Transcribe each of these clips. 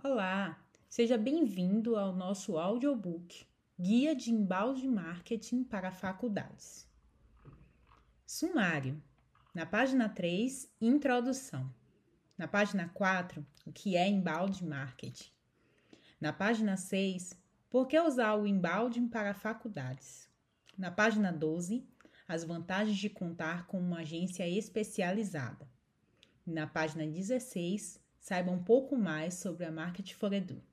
Olá, seja bem-vindo ao nosso audiobook Guia de Inbound Marketing para Faculdades. Sumário. Na página 3, Introdução. Na página 4, o que é Inbound Marketing. Na página 6, por que usar o inbound para faculdades. Na página 12, as vantagens de contar com uma agência especializada. Na página 16, saiba um pouco mais sobre a Market for Edu.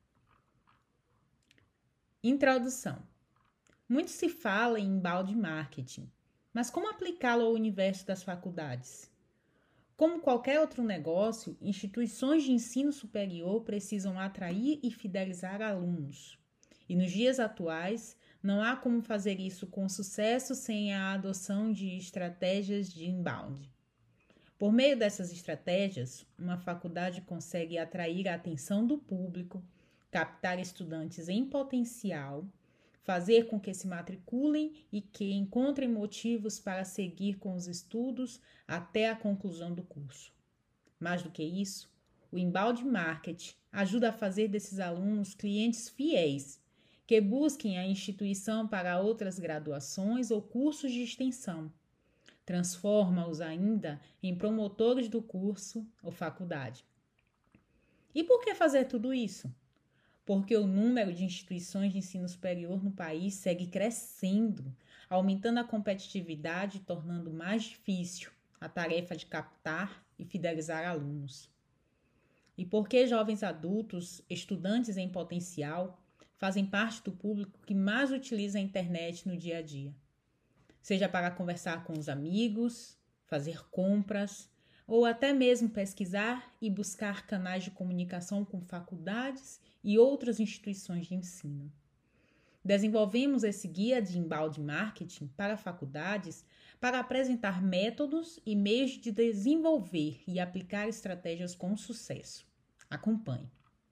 Introdução. Muito se fala em inbound marketing, mas como aplicá-lo ao universo das faculdades? Como qualquer outro negócio, instituições de ensino superior precisam atrair e fidelizar alunos. E nos dias atuais, não há como fazer isso com sucesso sem a adoção de estratégias de inbound. Por meio dessas estratégias, uma faculdade consegue atrair a atenção do público, captar estudantes em potencial, fazer com que se matriculem e que encontrem motivos para seguir com os estudos até a conclusão do curso. Mais do que isso, o inbound marketing ajuda a fazer desses alunos clientes fiéis, que busquem a instituição para outras graduações ou cursos de extensão. Transforma-os ainda em promotores do curso ou faculdade. E por que fazer tudo isso? Porque o número de instituições de ensino superior no país segue crescendo, aumentando a competitividade e tornando mais difícil a tarefa de captar e fidelizar alunos. E porque jovens adultos, estudantes em potencial, fazem parte do público que mais utiliza a internet no dia a dia. Seja para conversar com os amigos, fazer compras, ou até mesmo pesquisar e buscar canais de comunicação com faculdades e outras instituições de ensino. Desenvolvemos esse guia de inbound marketing para faculdades para apresentar métodos e meios de desenvolver e aplicar estratégias com sucesso. Acompanhe.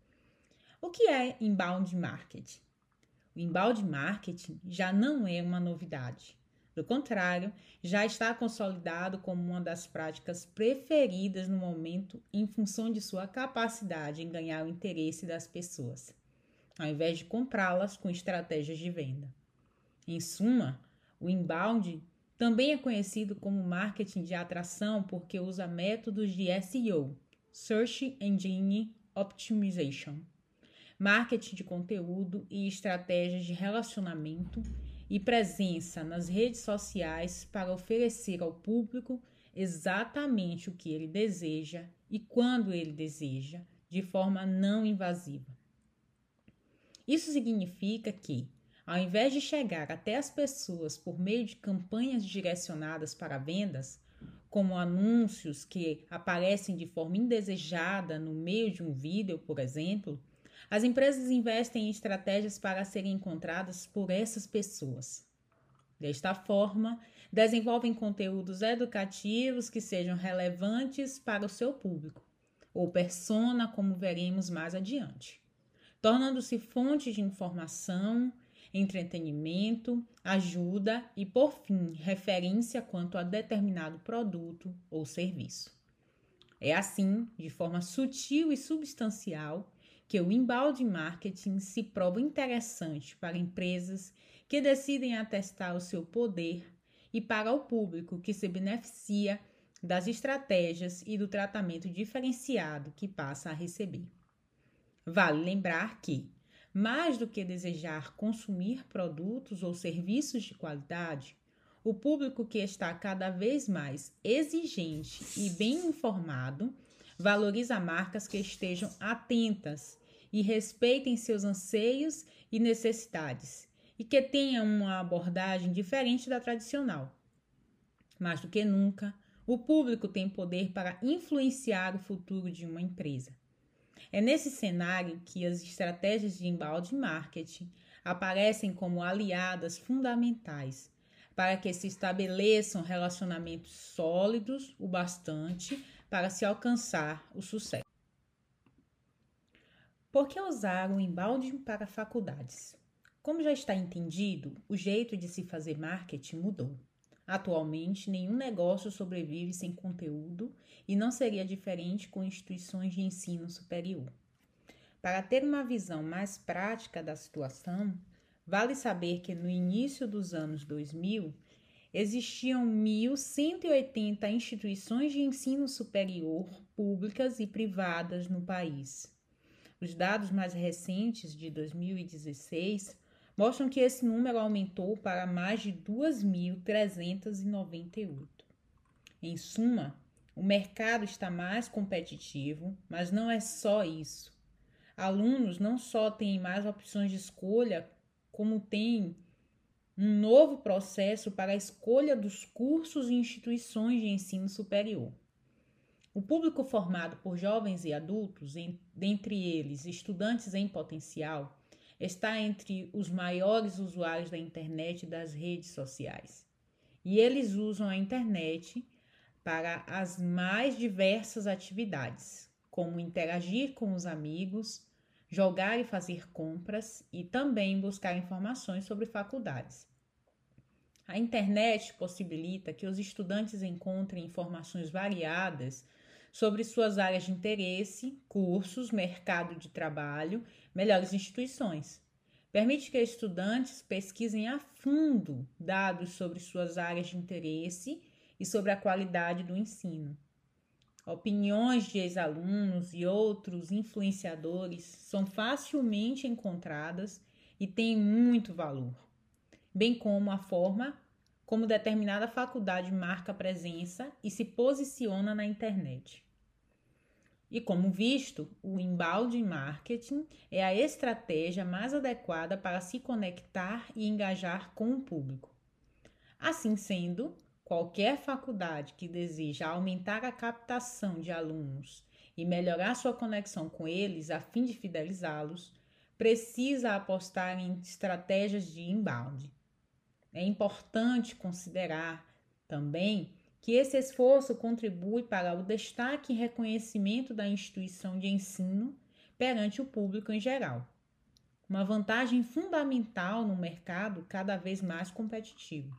O que é inbound marketing? O inbound marketing já não é uma novidade. Do contrário, já está consolidado como uma das práticas preferidas no momento em função de sua capacidade em ganhar o interesse das pessoas, ao invés de comprá-las com estratégias de venda. Em suma, o inbound também é conhecido como marketing de atração porque usa métodos de SEO, Search Engine Optimization, marketing de conteúdo e estratégias de relacionamento e presença nas redes sociais para oferecer ao público exatamente o que ele deseja e quando ele deseja, de forma não invasiva. Isso significa que, ao invés de chegar até as pessoas por meio de campanhas direcionadas para vendas, como anúncios que aparecem de forma indesejada no meio de um vídeo, por exemplo, as empresas investem em estratégias para serem encontradas por essas pessoas. Desta forma, desenvolvem conteúdos educativos que sejam relevantes para o seu público, ou persona, como veremos mais adiante, tornando-se fonte de informação, entretenimento, ajuda e, por fim, referência quanto a determinado produto ou serviço. É assim, de forma sutil e substancial, que o inbound marketing se prova interessante para empresas que decidem atestar o seu poder e para o público que se beneficia das estratégias e do tratamento diferenciado que passa a receber. Vale lembrar que, mais do que desejar consumir produtos ou serviços de qualidade, o público que está cada vez mais exigente e bem informado valoriza marcas que estejam atentas e respeitem seus anseios e necessidades e que tenham uma abordagem diferente da tradicional. Mais do que nunca, o público tem poder para influenciar o futuro de uma empresa. É nesse cenário que as estratégias de inbound marketing aparecem como aliadas fundamentais para que se estabeleçam relacionamentos sólidos o bastante para se alcançar o sucesso. Por que usar o inbound para faculdades? Como já está entendido, o jeito de se fazer marketing mudou. Atualmente, nenhum negócio sobrevive sem conteúdo e não seria diferente com instituições de ensino superior. Para ter uma visão mais prática da situação, vale saber que no início dos anos 2000, existiam 1.180 instituições de ensino superior públicas e privadas no país. Os dados mais recentes, de 2016, mostram que esse número aumentou para mais de 2.398. Em suma, o mercado está mais competitivo, mas não é só isso. Alunos não só têm mais opções de escolha, como têm um novo processo para a escolha dos cursos e instituições de ensino superior. O público formado por jovens e adultos, dentre eles estudantes em potencial, está entre os maiores usuários da internet e das redes sociais. E eles usam a internet para as mais diversas atividades, como interagir com os amigos, jogar e fazer compras e também buscar informações sobre faculdades. A internet possibilita que os estudantes encontrem informações variadas sobre suas áreas de interesse, cursos, mercado de trabalho, melhores instituições. Permite que estudantes pesquisem a fundo dados sobre suas áreas de interesse e sobre a qualidade do ensino. Opiniões de ex-alunos e outros influenciadores são facilmente encontradas e têm muito valor, bem como a forma como determinada faculdade marca presença e se posiciona na internet. E como visto, o inbound marketing é a estratégia mais adequada para se conectar e engajar com o público. Assim sendo, qualquer faculdade que deseja aumentar a captação de alunos e melhorar sua conexão com eles a fim de fidelizá-los, precisa apostar em estratégias de inbound. É importante considerar também que esse esforço contribui para o destaque e reconhecimento da instituição de ensino perante o público em geral. Uma vantagem fundamental no mercado cada vez mais competitivo.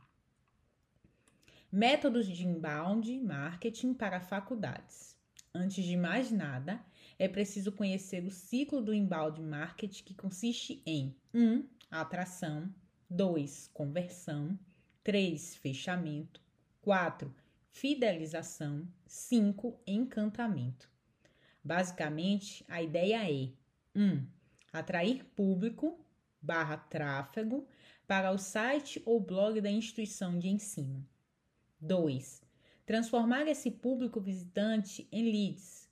Métodos de inbound marketing para faculdades. Antes de mais nada, é preciso conhecer o ciclo do inbound marketing, que consiste em 1. Atração, 2. Conversão, 3. Fechamento, 4. Fidelização, 5. Encantamento. Basicamente, a ideia é 1. Atrair público / tráfego para o site ou blog da instituição de ensino. 2. Transformar esse público visitante em leads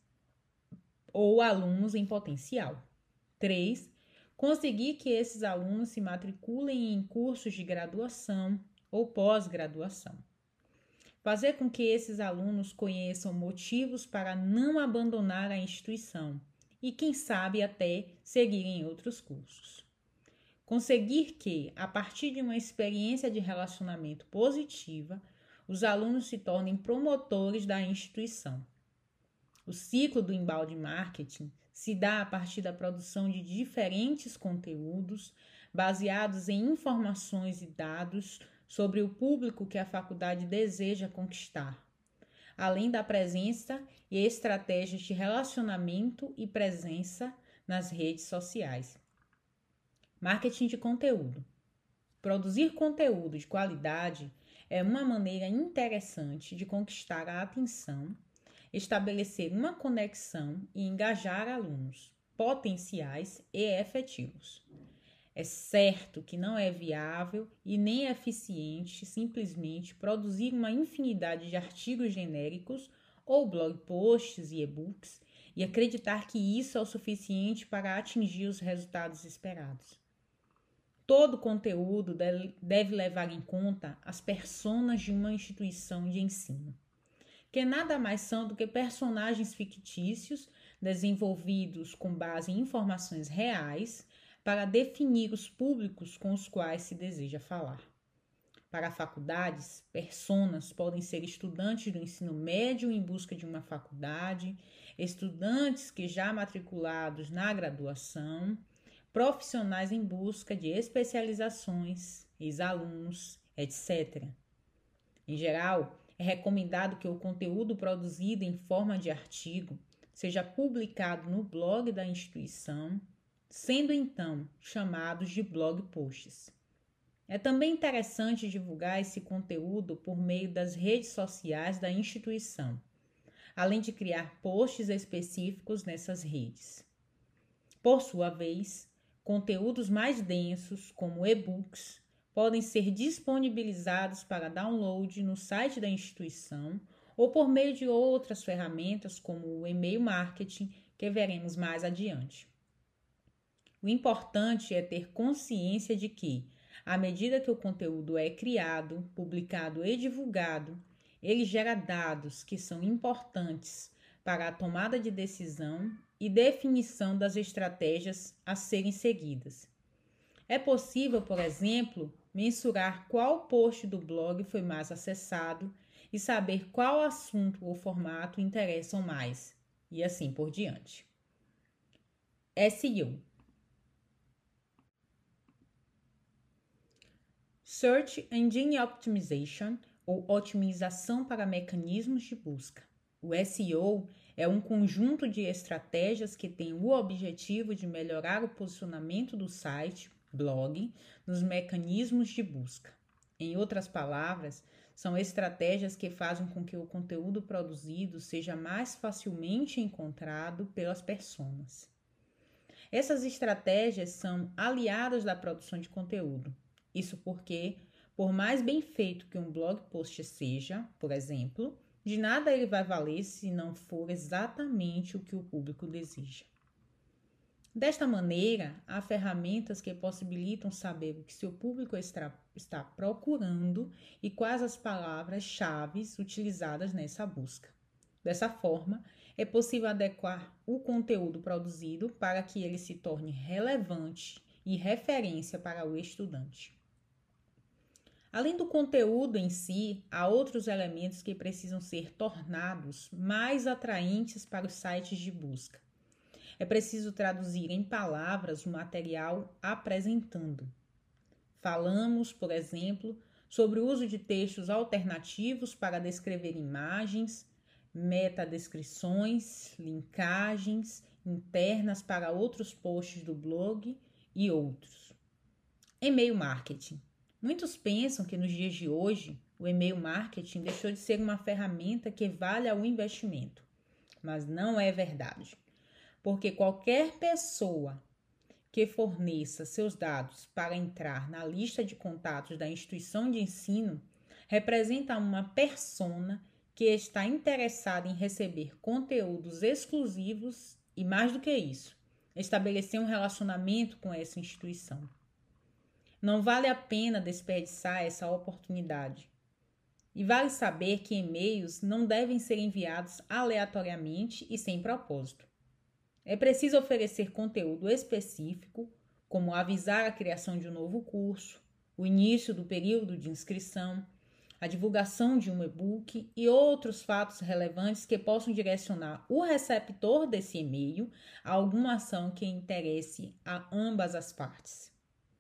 ou alunos em potencial. 3. Conseguir que esses alunos se matriculem em cursos de graduação ou pós-graduação. Fazer com que esses alunos conheçam motivos para não abandonar a instituição e, quem sabe, até seguir em outros cursos. Conseguir que, a partir de uma experiência de relacionamento positiva, os alunos se tornem promotores da instituição. O ciclo do inbound marketing se dá a partir da produção de diferentes conteúdos baseados em informações e dados sobre o público que a faculdade deseja conquistar, além da presença e estratégias de relacionamento e presença nas redes sociais. Marketing de conteúdo. Produzir conteúdo de qualidade é uma maneira interessante de conquistar a atenção, estabelecer uma conexão e engajar alunos potenciais e efetivos. É certo que não é viável e nem eficiente simplesmente produzir uma infinidade de artigos genéricos ou blog posts e e-books e acreditar que isso é o suficiente para atingir os resultados esperados. Todo conteúdo deve levar em conta as personas de uma instituição de ensino, que nada mais são do que personagens fictícios desenvolvidos com base em informações reais para definir os públicos com os quais se deseja falar. Para faculdades, personas podem ser estudantes do ensino médio em busca de uma faculdade, estudantes que já matriculados na graduação, profissionais em busca de especializações, ex-alunos, etc. Em geral, é recomendado que o conteúdo produzido em forma de artigo seja publicado no blog da instituição, sendo então chamados de blog posts. É também interessante divulgar esse conteúdo por meio das redes sociais da instituição, além de criar posts específicos nessas redes. Por sua vez, conteúdos mais densos, como e-books, podem ser disponibilizados para download no site da instituição ou por meio de outras ferramentas, como o e-mail marketing, que veremos mais adiante. O importante é ter consciência de que, à medida que o conteúdo é criado, publicado e divulgado, ele gera dados que são importantes para a tomada de decisão e definição das estratégias a serem seguidas. É possível, por exemplo, mensurar qual post do blog foi mais acessado e saber qual assunto ou formato interessam mais, e assim por diante. SEO. Search Engine Optimization, ou otimização para mecanismos de busca. O SEO é um conjunto de estratégias que tem o objetivo de melhorar o posicionamento do site, blog, nos mecanismos de busca. Em outras palavras, são estratégias que fazem com que o conteúdo produzido seja mais facilmente encontrado pelas pessoas. Essas estratégias são aliadas da produção de conteúdo. Isso porque, por mais bem feito que um blog post seja, por exemplo, de nada ele vai valer se não for exatamente o que o público deseja. Desta maneira, há ferramentas que possibilitam saber o que seu público está procurando e quais as palavras-chave utilizadas nessa busca. Dessa forma, é possível adequar o conteúdo produzido para que ele se torne relevante e referência para o estudante. Além do conteúdo em si, há outros elementos que precisam ser tornados mais atraentes para os sites de busca. É preciso traduzir em palavras o material apresentando. Falamos, por exemplo, sobre o uso de textos alternativos para descrever imagens, metadescrições, linkagens internas para outros posts do blog e outros. E-mail marketing. Muitos pensam que nos dias de hoje o e-mail marketing deixou de ser uma ferramenta que vale ao investimento, mas não é verdade, porque qualquer pessoa que forneça seus dados para entrar na lista de contatos da instituição de ensino representa uma persona que está interessada em receber conteúdos exclusivos e, mais do que isso, estabelecer um relacionamento com essa instituição. Não vale a pena desperdiçar essa oportunidade. E vale saber que e-mails não devem ser enviados aleatoriamente e sem propósito. É preciso oferecer conteúdo específico, como avisar a criação de um novo curso, o início do período de inscrição, a divulgação de um e-book e outros fatos relevantes que possam direcionar o receptor desse e-mail a alguma ação que interesse a ambas as partes.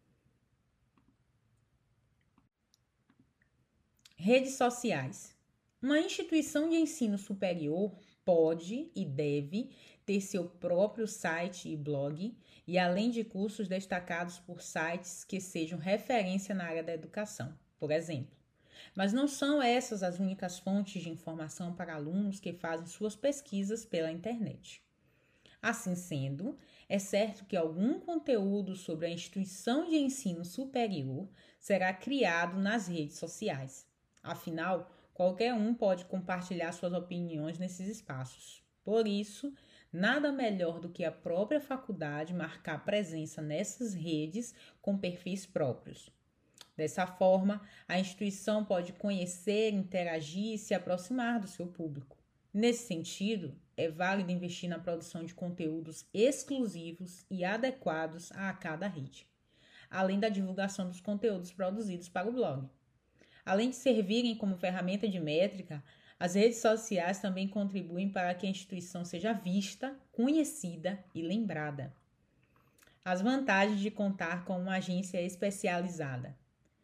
Redes sociais. Uma instituição de ensino superior pode e deve ter seu próprio site e blog, e além de cursos destacados por sites que sejam referência na área da educação, por exemplo. Mas não são essas as únicas fontes de informação para alunos que fazem suas pesquisas pela internet. Assim sendo, é certo que algum conteúdo sobre a instituição de ensino superior será criado nas redes sociais. Afinal, qualquer um pode compartilhar suas opiniões nesses espaços. Por isso, nada melhor do que a própria faculdade marcar presença nessas redes com perfis próprios. Dessa forma, a instituição pode conhecer, interagir e se aproximar do seu público. Nesse sentido, é válido investir na produção de conteúdos exclusivos e adequados a cada rede, além da divulgação dos conteúdos produzidos para o blog. Além de servirem como ferramenta de métrica, as redes sociais também contribuem para que a instituição seja vista, conhecida e lembrada. As vantagens de contar com uma agência especializada.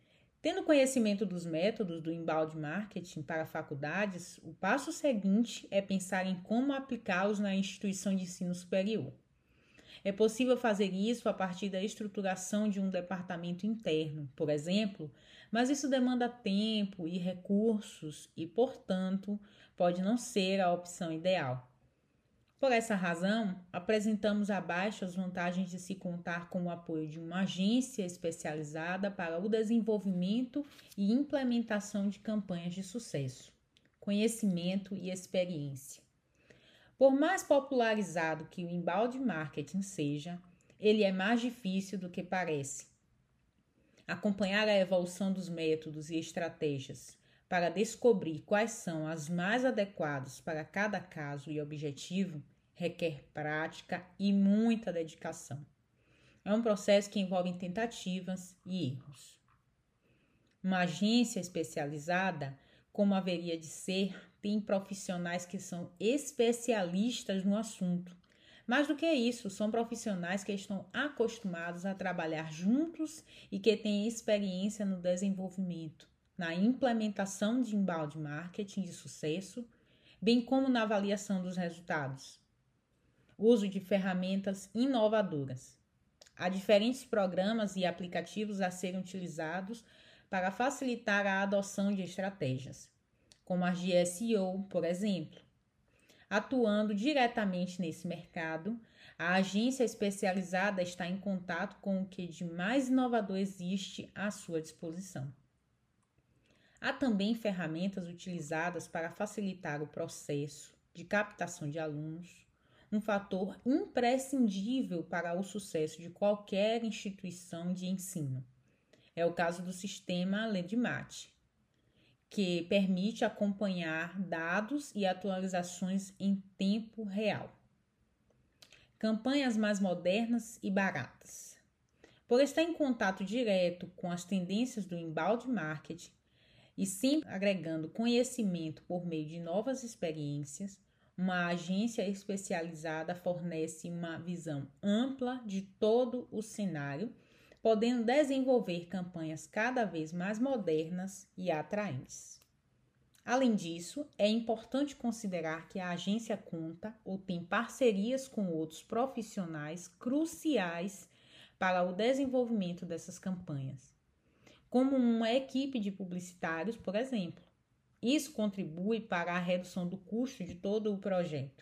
Tendo conhecimento dos métodos do inbound marketing para faculdades, o passo seguinte é pensar em como aplicá-los na instituição de ensino superior. É possível fazer isso a partir da estruturação de um departamento interno, por exemplo, mas isso demanda tempo e recursos e, portanto, pode não ser a opção ideal. Por essa razão, apresentamos abaixo as vantagens de se contar com o apoio de uma agência especializada para o desenvolvimento e implementação de campanhas de sucesso, conhecimento e experiência. Por mais popularizado que o inbound marketing seja, ele é mais difícil do que parece. Acompanhar a evolução dos métodos e estratégias para descobrir quais são as mais adequadas para cada caso e objetivo requer prática e muita dedicação. É um processo que envolve tentativas e erros. Uma agência especializada, como haveria de ser, tem profissionais que são especialistas no assunto. Mais do que isso, são profissionais que estão acostumados a trabalhar juntos e que têm experiência no desenvolvimento, na implementação de inbound marketing de sucesso, bem como na avaliação dos resultados. Uso de ferramentas inovadoras. Há diferentes programas e aplicativos a serem utilizados para facilitar a adoção de estratégias, como as de SEO, por exemplo. Atuando diretamente nesse mercado, a agência especializada está em contato com o que de mais inovador existe à sua disposição. Há também ferramentas utilizadas para facilitar o processo de captação de alunos, um fator imprescindível para o sucesso de qualquer instituição de ensino. É o caso do sistema LandMat, que permite acompanhar dados e atualizações em tempo real. Campanhas mais modernas e baratas. Por estar em contato direto com as tendências do inbound marketing e sempre agregando conhecimento por meio de novas experiências, uma agência especializada fornece uma visão ampla de todo o cenário, podendo desenvolver campanhas cada vez mais modernas e atraentes. Além disso, é importante considerar que a agência conta ou tem parcerias com outros profissionais cruciais para o desenvolvimento dessas campanhas, como uma equipe de publicitários, por exemplo. Isso contribui para a redução do custo de todo o projeto.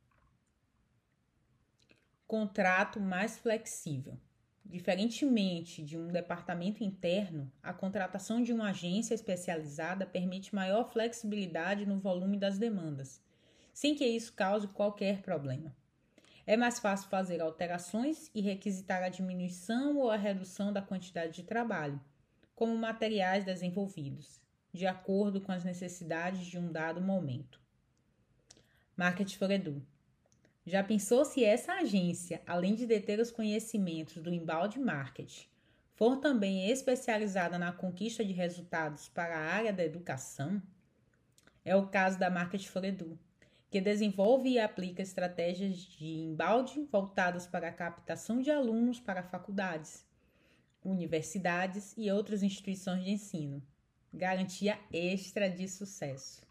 Contrato mais flexível. Diferentemente de um departamento interno, a contratação de uma agência especializada permite maior flexibilidade no volume das demandas, sem que isso cause qualquer problema. É mais fácil fazer alterações e requisitar a diminuição ou a redução da quantidade de trabalho, como materiais desenvolvidos, de acordo com as necessidades de um dado momento. Market for Edu. Já pensou se essa agência, além de deter os conhecimentos do inbound marketing, for também especializada na conquista de resultados para a área da educação? É o caso da Market for Edu, que desenvolve e aplica estratégias de inbound voltadas para a captação de alunos para faculdades, universidades e outras instituições de ensino. Garantia extra de sucesso.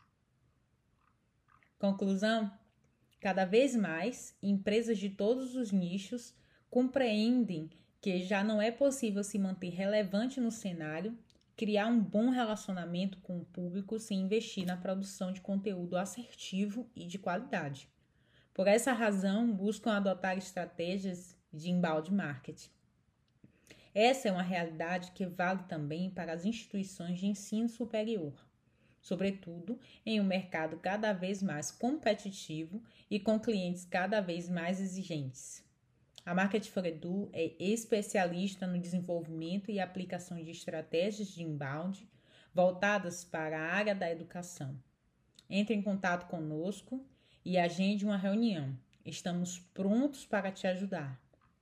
Conclusão? Cada vez mais, empresas de todos os nichos compreendem que já não é possível se manter relevante no cenário, criar um bom relacionamento com o público sem investir na produção de conteúdo assertivo e de qualidade. Por essa razão, buscam adotar estratégias de inbound marketing. Essa é uma realidade que vale também para as instituições de ensino superior, sobretudo em um mercado cada vez mais competitivo e com clientes cada vez mais exigentes. A Market for Edu é especialista no desenvolvimento e aplicação de estratégias de inbound voltadas para a área da educação. Entre em contato conosco e agende uma reunião. Estamos prontos para te ajudar.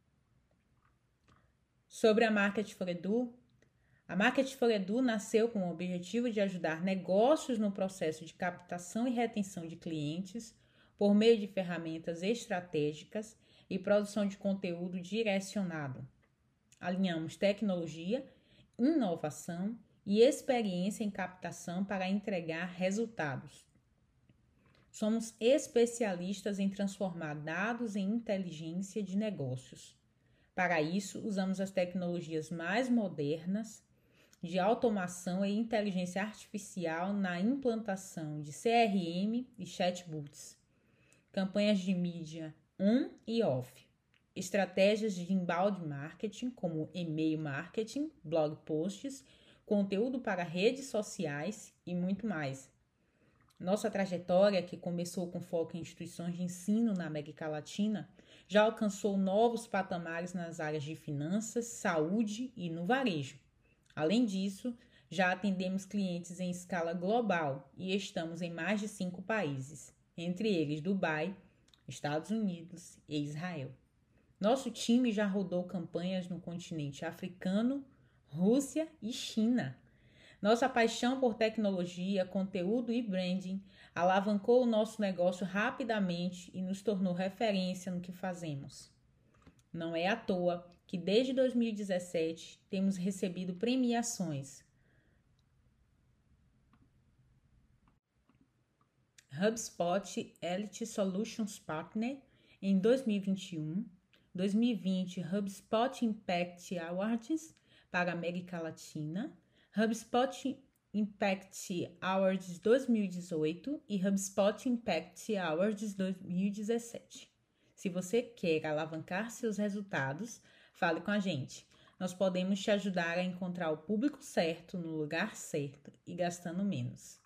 Sobre a Market for Edu, a Market for Edu nasceu com o objetivo de ajudar negócios no processo de captação e retenção de clientes por meio de ferramentas estratégicas e produção de conteúdo direcionado. Alinhamos tecnologia, inovação e experiência em captação para entregar resultados. Somos especialistas em transformar dados em inteligência de negócios. Para isso, usamos as tecnologias mais modernas de automação e inteligência artificial na implantação de CRM e chatbots, campanhas de mídia on e off, estratégias de inbound marketing, como e-mail marketing, blog posts, conteúdo para redes sociais e muito mais. Nossa trajetória, que começou com foco em instituições de ensino na América Latina, já alcançou novos patamares nas áreas de finanças, saúde e no varejo. Além disso, já atendemos clientes em escala global e estamos em mais de 5 países, entre eles Dubai, Estados Unidos e Israel. Nosso time já rodou campanhas no continente africano, Rússia e China. Nossa paixão por tecnologia, conteúdo e branding alavancou o nosso negócio rapidamente e nos tornou referência no que fazemos. Não é à toa que desde 2017 temos recebido premiações. HubSpot Elite Solutions Partner em 2021, 2020 HubSpot Impact Awards para a América Latina, HubSpot Impact Awards 2018 e HubSpot Impact Awards 2017. Se você quer alavancar seus resultados, fale com a gente. Nós podemos te ajudar a encontrar o público certo no lugar certo e gastando menos.